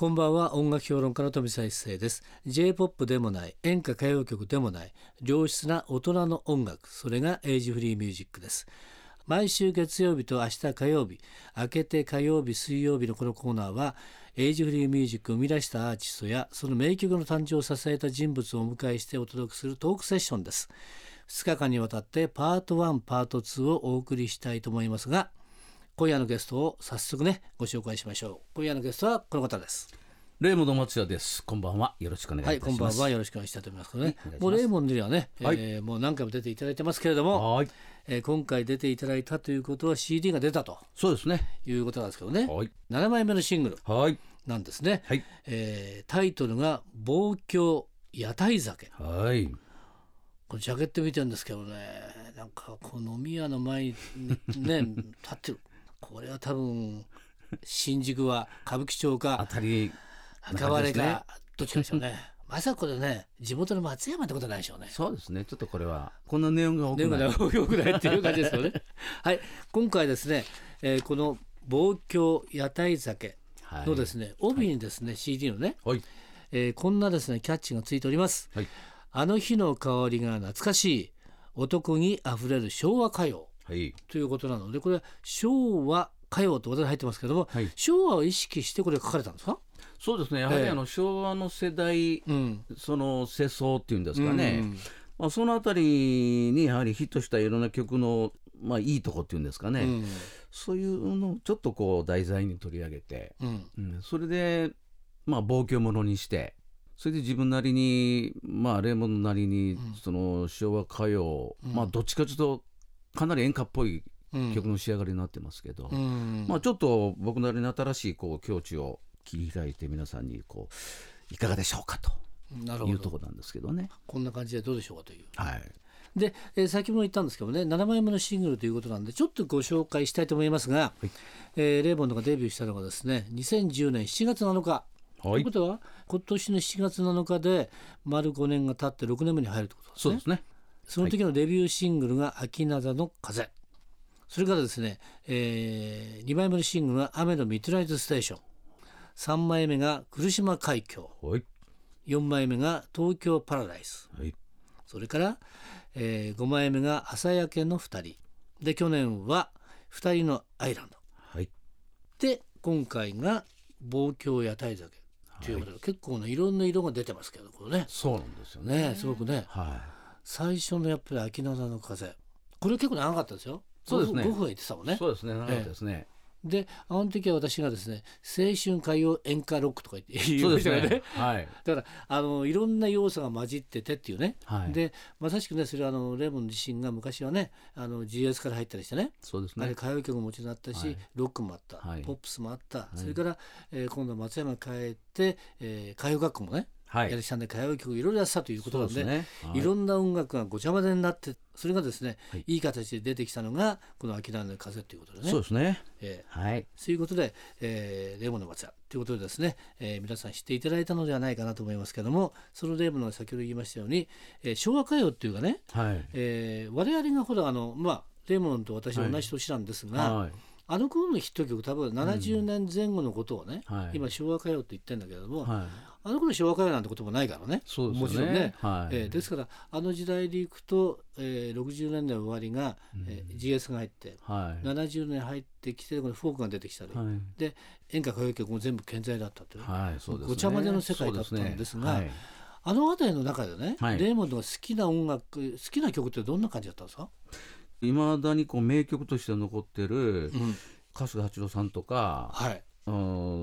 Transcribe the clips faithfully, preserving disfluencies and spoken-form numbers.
こんばんは。音楽評論家の富澤一世です。 J-ポップ でもない、演歌歌謡曲でもない、良質な大人の音楽、それがエイジフリーミュージックです。毎週月曜日と明日火曜日、明けて火曜日水曜日のこのコーナーは、エイジフリーミュージックを生み出したアーティストやその名曲の誕生を支えた人物をお迎えしてお届けするトークセッションです。ふつかかんにわたってパートワンパートツーをお送りしたいと思いますが、今夜のゲストを早速ねご紹介しましょう。今夜のゲストはこの方です。 レイモンド松也です。こんばんは、よろしくお願いいたします。 はい、こんばんは、よろしくお願いしたいと思いますけどね、もうレイモンドにはね、はい、えー、もう何回も出ていただいてますけれども、はい、えー、今回出ていただいたということは シーディー が出たとそうですねいうことなんですけどね、 はい、 ななまいめのシングルなんですね、はい、えー、タイトルが望郷屋台酒、はい、これジャケット見てるんですけどね、なんかこの飲み屋の前にね立ってる、これは多分新宿は歌舞伎町か当たり赤羽かどっちかでしょうねまさかこれね地元の松山ってことないでしょうね。 そうですね、ちょっとこれはこんなネオンが多くないネオンが多くないっていう感じですよねはい、今回ですね、えー、この望郷屋台酒のですね、はい、帯にですね、はい、シーディー のね、はい、えー、こんなですねキャッチがついております、はい、あの日の香りが懐かしい男気あふれる昭和歌謡、はい、ということなので、これは昭和歌謡と私入ってますけども、はい、昭和を意識してこれ書かれたんですか？ そうですね、やはりあの、えー、昭和の世代、うん、その世相っていうんですかね、うん、まあ、そのあたりにやはりヒットしたいろんな曲の、まあ、いいとこっていうんですかね、うん、そういうのをちょっとこう題材に取り上げて、うんうん、それでまあ望郷ものにして、それで自分なりに、まあ、レイモンドなりに、うん、その昭和歌謡、うん、まあどっちかというとかなり演歌っぽい曲の仕上がりになってますけど、うん、まあ、ちょっと僕なりに新しいこう境地を切り開いて皆さんにこういかがでしょうかというところなんですけどね。 こんな感じでどうでしょうかという、 はい、 で、えー、先ほど言ったんですけどね、ななまいめのシングルということなんでちょっとご紹介したいと思いますが、はい、えー、レイモンドがデビューしたのがですねにせんじゅうねんしちがつなのか、はい、ということは今年のしちがつなのかで丸ごねんが経ってろくねんめに入るということですね。 そうですね。 その時のデビューシングルが秋灘の風、それからですね、えー、にまいめのシングルが雨のミッドナイトステーション、さんまいめが来島海峡、はい、よんまいめが東京パラダイス、はい、それから、えー、ごまいめが朝焼けのふたりで、去年はふたりのアイランド、はい、で今回が望郷屋台酒ということで、はい、結構ねいろんな色が出てますけど、これね、 そうなんですよね、 ね、すごくね、 はい、 最初のやっぱり秋灘の風、これ結構長かったですよ。 そうですね、 ごふん言ってたもんね。 そうですね、長かったですね、 えー、であの時は私がですね青春歌謡演歌ロックとか言って言う人がね、はい、だからあのいろんな要素が混じっててっていうね、はい、でまさしくねそれはあのレイモン自身が昔はねあの ジーエス から入ったりしてね、 そうですね、 あれ歌謡曲ももちろんあったし、はい、ロックもあった、はい、ポップスもあった、はい、それから、えー、今度は松山に帰って、えー、歌謡学校もね、はい、やりしたんで歌謡曲いろいろやってたということなん で, で、ね、はい、いろんな音楽がごちゃ混ぜになって、それがですね、はい、いい形で出てきたのがこの秋灘の風ということでね。 そうですね、 えーはい、そういうことで、えー、レイモンド松也ということでですね、えー、皆さん知っていただいたのではないかなと思いますけども、そのレイモンドが先ほど言いましたように、えー、昭和歌謡っていうかね、はい、えー、我々がほらあの、まあ、レイモンドと私は同じ年なんですが、はいはい、あの頃のヒット曲多分ななじゅうねんぜん後のことをね、うん、はい、今昭和歌謡って言ってるんだけれども、はい、あの頃昭和歌謡なんてこともないからね、 そうですよね、 もちろんね、 はい、 えー、ですからあの時代でいくと、えー、ろくじゅうねんだい終わりが、うん、えー、ジーエス が入って、はい、ななじゅうねん入ってきてこれフォークが出てきたり、はい、で演歌歌謡曲も全部健在だったという、はい、そうですね、ごちゃ混ぜの世界だったんですが、ね、はい、あの辺りの中でね、はい、レイモンドが好きな音楽、好きな曲ってどんな感じだったんですか？ いまだにこう名曲として残ってる、うん、春日八郎さんとか、はい、うん、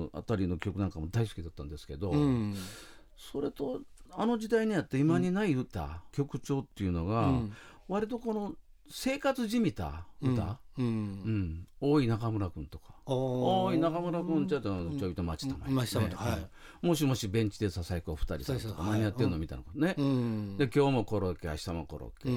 あたりの曲なんかも大好きだったんですけど、うん、それとあの時代にあって今にない歌、うん、曲調っていうのが、うん、割とこの生活じみた歌、うんうんうん、大井中村君とか、大井中村君ちょっとちょいと待ちたまえ、ね、はい、もしもしベンチでささやくお二人さんとか何やってんのみたいなね、うん、で今日もコロッケ明日もコロッケ、うんうん、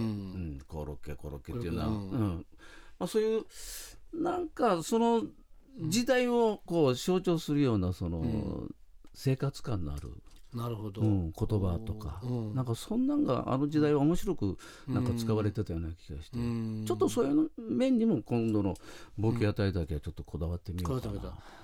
コロッケコロッケっていうのは、うんうん、まあ、そういうなんかその時代をこう象徴するようなその生活感のある、 なるほど、 うん、言葉とか、うん、なんかそんなんがあの時代は面白くなんか使われてたような気がして、うん、ちょっとそういう面にも今度の望郷屋台だけはちょっとこだわってみようかな、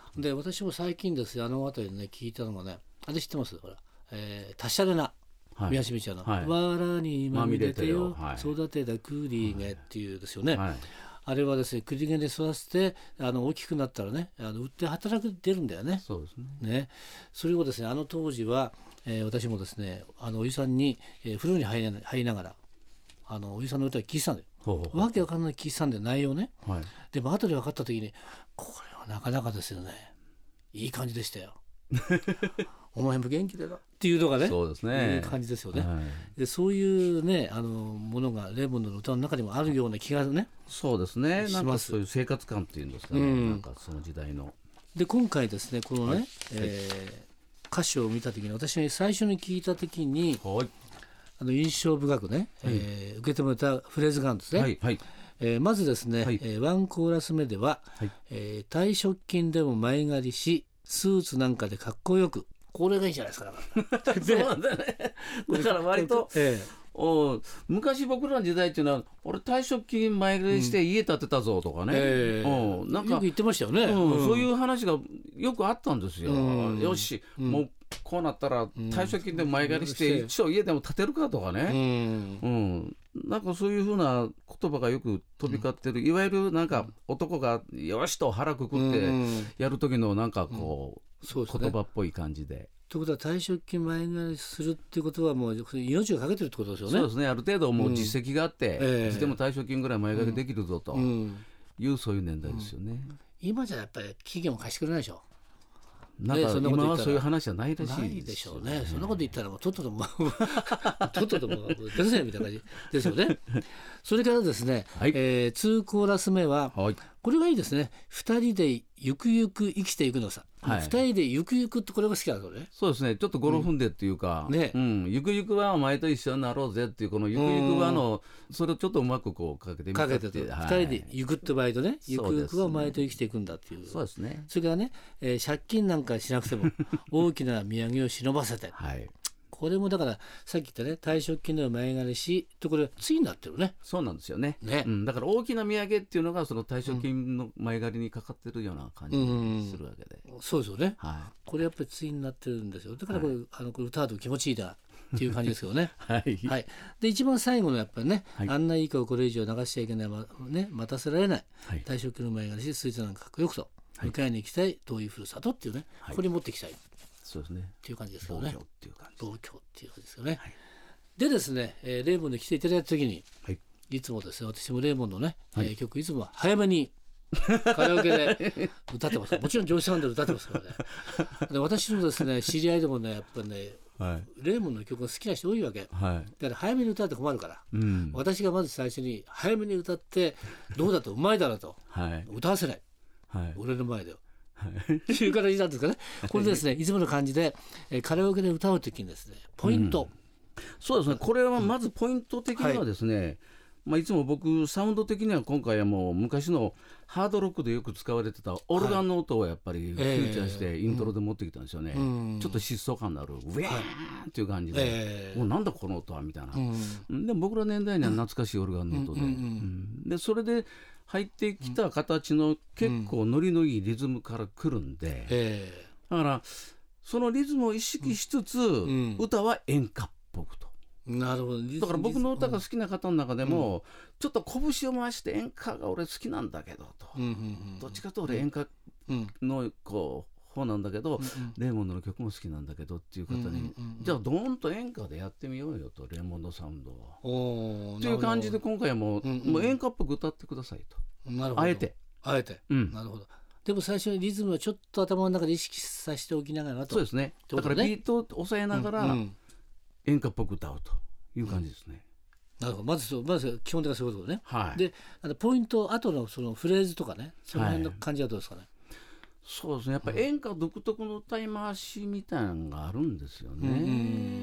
で私も最近ですねあの辺りでね聞いたのがねあれ知ってますほら、えー、達者でな宮島ちゃんの、はい、わらにまみれてよ、はい、育てた栗毛っていうですよね、はい、あれはですね栗毛で育ててあの大きくなったらねあの売って働く出るんだよね。 そうですね。 ねそれをですねあの当時は、えー、私もですねあのおじさんに、えー、風呂に入りな、入りながらあのおじさんの歌を聴いてたんだよ。ほうほうほうわけわかんない聴いてたんだよ内容ね、はい、でも後で分かった時にこれはなかなかですよねいい感じでしたよお前も元気でなっていうのがね、 そうですね、 いい感じですよね、はい、でそういうねあのものがレーモンドの歌の中にもあるような気がねそうですねなんかそういう生活感っていうんですかね、うん、なんかその時代ので今回ですねこのね、はいえー、歌詞を見た時に私が最初に聞いた時に、はい、あの印象深くね、はいえー、受けてもらったフレーズがあるんですね、はいはいえー、まずですね、はいえー、ワンコーラス目では、はいえー、退職金でも前借りしスーツなんかでかっこよくこれがいいじゃないですかそうなんだねだから割と、ええ、お昔僕らの時代っていうのは俺退職金前借りして家建てたぞとかね、うんええ、なんかよく言ってましたよね、 うんうん、そういう話がよくあったんですよ、うん、よし、うん、もうこうなったら退職金で前借りして一応家でも建てるかとかね、うんうん、なんかそういうふうな言葉がよく飛び交ってる、うん、いわゆるなんか男がよしと腹くくってやる時のなんかこう、うんそうですね、言葉っぽい感じで。 ということは退職金前借りするっていうことはもう命をかけてるってことですよね。 そうですねある程度もう実績があって、うんえー、いつでも退職金ぐらい前借りできるぞという、うんうん、そういう年代ですよね、うん、 今じゃやっぱり企業も貸してくれないでしょ。 なんか今はそういう話はないらしいですよね。 ないでしょうね。そんなこと言ったらもうとっとともとっととも出せみたいな感じですよね。それからですね、はいえー、にコーラス目は、はい、これがいいですね。二人でゆくゆく生きていくのさ。二、はい、人でゆくゆくってこれが好きなのね。 そうですね。ちょっと語呂踏んでっていうか、うんねうん、ゆくゆくはお前と一緒になろうぜっていうこのゆくゆくはのそれをちょっとうまくこうかけてみたってかけてと、はい、二人でゆくって場合とね、ゆくゆくはお前と生きていくんだっていう。 そうですね。 それからね、えー、借金なんかしなくても大きな土産を忍ばせて。はいこれもだからさっき言ったね退職金の前借りしとこれついになってるね。 そうなんですよ ね, ね、うん、だから大きな土産っていうのがその退職金の前借りにかかってるような感じするわけで、 うん、そうですよね、はい、これやっぱりついになってるんですよ。だからこれ、はい、あのこれ歌うと気持ちいいなっていう感じですけどねはい、はい、で一番最後のやっぱりね、はい、あんないい子をこれ以上流しちゃいけない、まね、待たせられない、はい、退職金の前借りしスイーツなんかかっこよくと、はい、迎えに行きたい遠いふるさとっていうね、はい、これ持っていきたいそうですね。 っていう感じですよね。 同居っていう感じ。 同居っていう感じですよね。はい、でですね、えー、レーモンに来ていただいた時に、はい、いつもですね、私もレーモンのね、はいえー、曲いつも早めにカラオケで歌ってます。もちろんジョイサウンドで歌ってますからね。で私のですね知り合いでもねやっぱりね、はい、レーモンの曲が好きな人多いわけ。はい、だから早めに歌って困るから、うん、私がまず最初に早めに歌ってどうだとうまいだろうと、はい、歌わせない。はい、俺の前で。っていう形なんですかね。これですねいつもの感じで、えー、カラオケで歌うときにですねポイント、うん、 そうですねこれはまずポイント的にはですね、はいまあ、いつも僕サウンド的には今回はもう昔のハードロックでよく使われてたオルガンの音をやっぱりフューチャーしてイントロで持ってきたんですよね、えーうん、ちょっと疾走感のあるウェーンっていう感じで、えー、おなんだこの音はみたいな、うん、でも僕ら年代には懐かしいオルガンの音で、うんうんうん、でそれで入ってきた形の結構ノリのいいリズムから来るんで、うん、だからそのリズムを意識しつつ、うん、歌は演歌っぽくと。 なるほど。 だから僕の歌が好きな方の中でも、うん、ちょっと拳を回して演歌が俺好きなんだけどと、うんうんうん、どっちかと俺演歌のこう方なんだけど、うんうん、レーモンドの曲も好きなんだけどっていう方に、うんうんうん、じゃあドーンと演歌でやってみようよとレーモンドサウンドをっていう感じで今回はもう、うんうん、もう演歌っぽく歌ってくださいと。 なるほど。あえてあえて、うん、なるほど。でも最初にリズムをちょっと頭の中で意識させておきながらと。 そうですね。だからビートを抑えながら、うんうん、演歌っぽく歌うという感じですね、 うん、なるほど。まずそうまず基本的なそういうことね、はい、であのポイント後のそのフレーズとかねその辺の感じはどうですかね、はい、 そうですねやっぱり演歌独特の歌い回しみたいなのがあるんですよね、うん、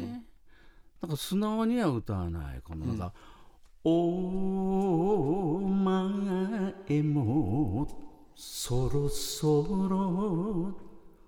なんか素直には歌わないこのなんか、うん、お前もそろそろ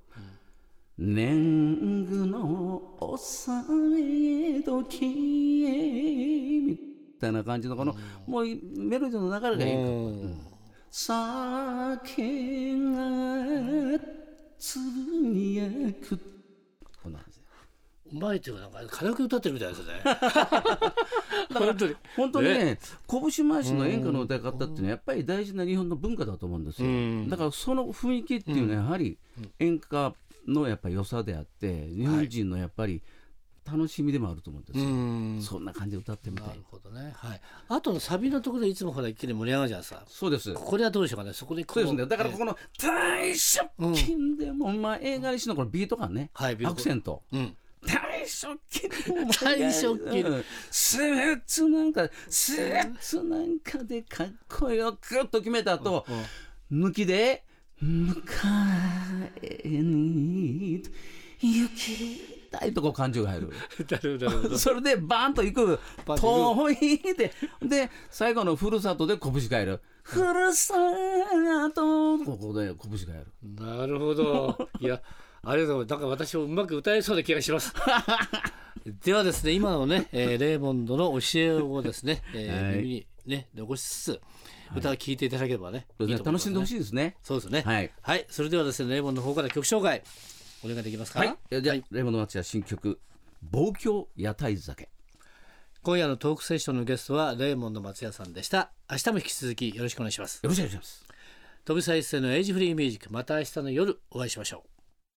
年貢の納め時へみたいな感じのこの、うん、もうメロディーの流れがいいか、うん、酒がつぶやく、こんなんですよ。 うまいっていうか、なんかカラオケ歌ってるみたいですね。 本当に本当にね、拳回しの演歌の歌い方っていうのはやっぱり大事な日本の文化だと思うんですよ。だからその雰囲気っていうのはやはり演歌のやっぱり良さであって、日本人のやっぱり楽しみでもあると思うんですよ。うんそんな感じで歌ってみたい。 なるほどね、はい、あとのサビのところでいつもほら一気に盛り上がるじゃんさ。 そうです。 これはどうでしょうかね。そこでそうですね。だからここの大借金でも前借りしのこのビート感ね、はい、アクセント、うん大借金大借金スーツなんかスーツなんかでかっこよくと決めた後、抜きで迎えに行きたいとこ感情が入る。それでバーンと行く遠いでで最後のふるさとで拳がやる。ふるさとここで拳がやる。 なるほど。いやありがとうございます。だから私もうまく歌えそうな気がします。ではですね、今のね、えー、レーモンドの教えをですね、えーはい、耳にね残しつつ歌を聴いていただければね、 はい、いいと思いますね。楽しんでほしいですね。 そうですね。 はい、 はい、それではですね、レーモンドの方から曲紹介お願いできますか。はい、 じゃあ、はい、レーモンド松也新曲望郷屋台酒。 今夜のトークセッションのゲストはレーモンド松也さんでした。明日も引き続きよろしくお願いします。 よろしくお願いします。 飛びさ一世のエイジフリーミュージック、また明日の夜お会いしましょう。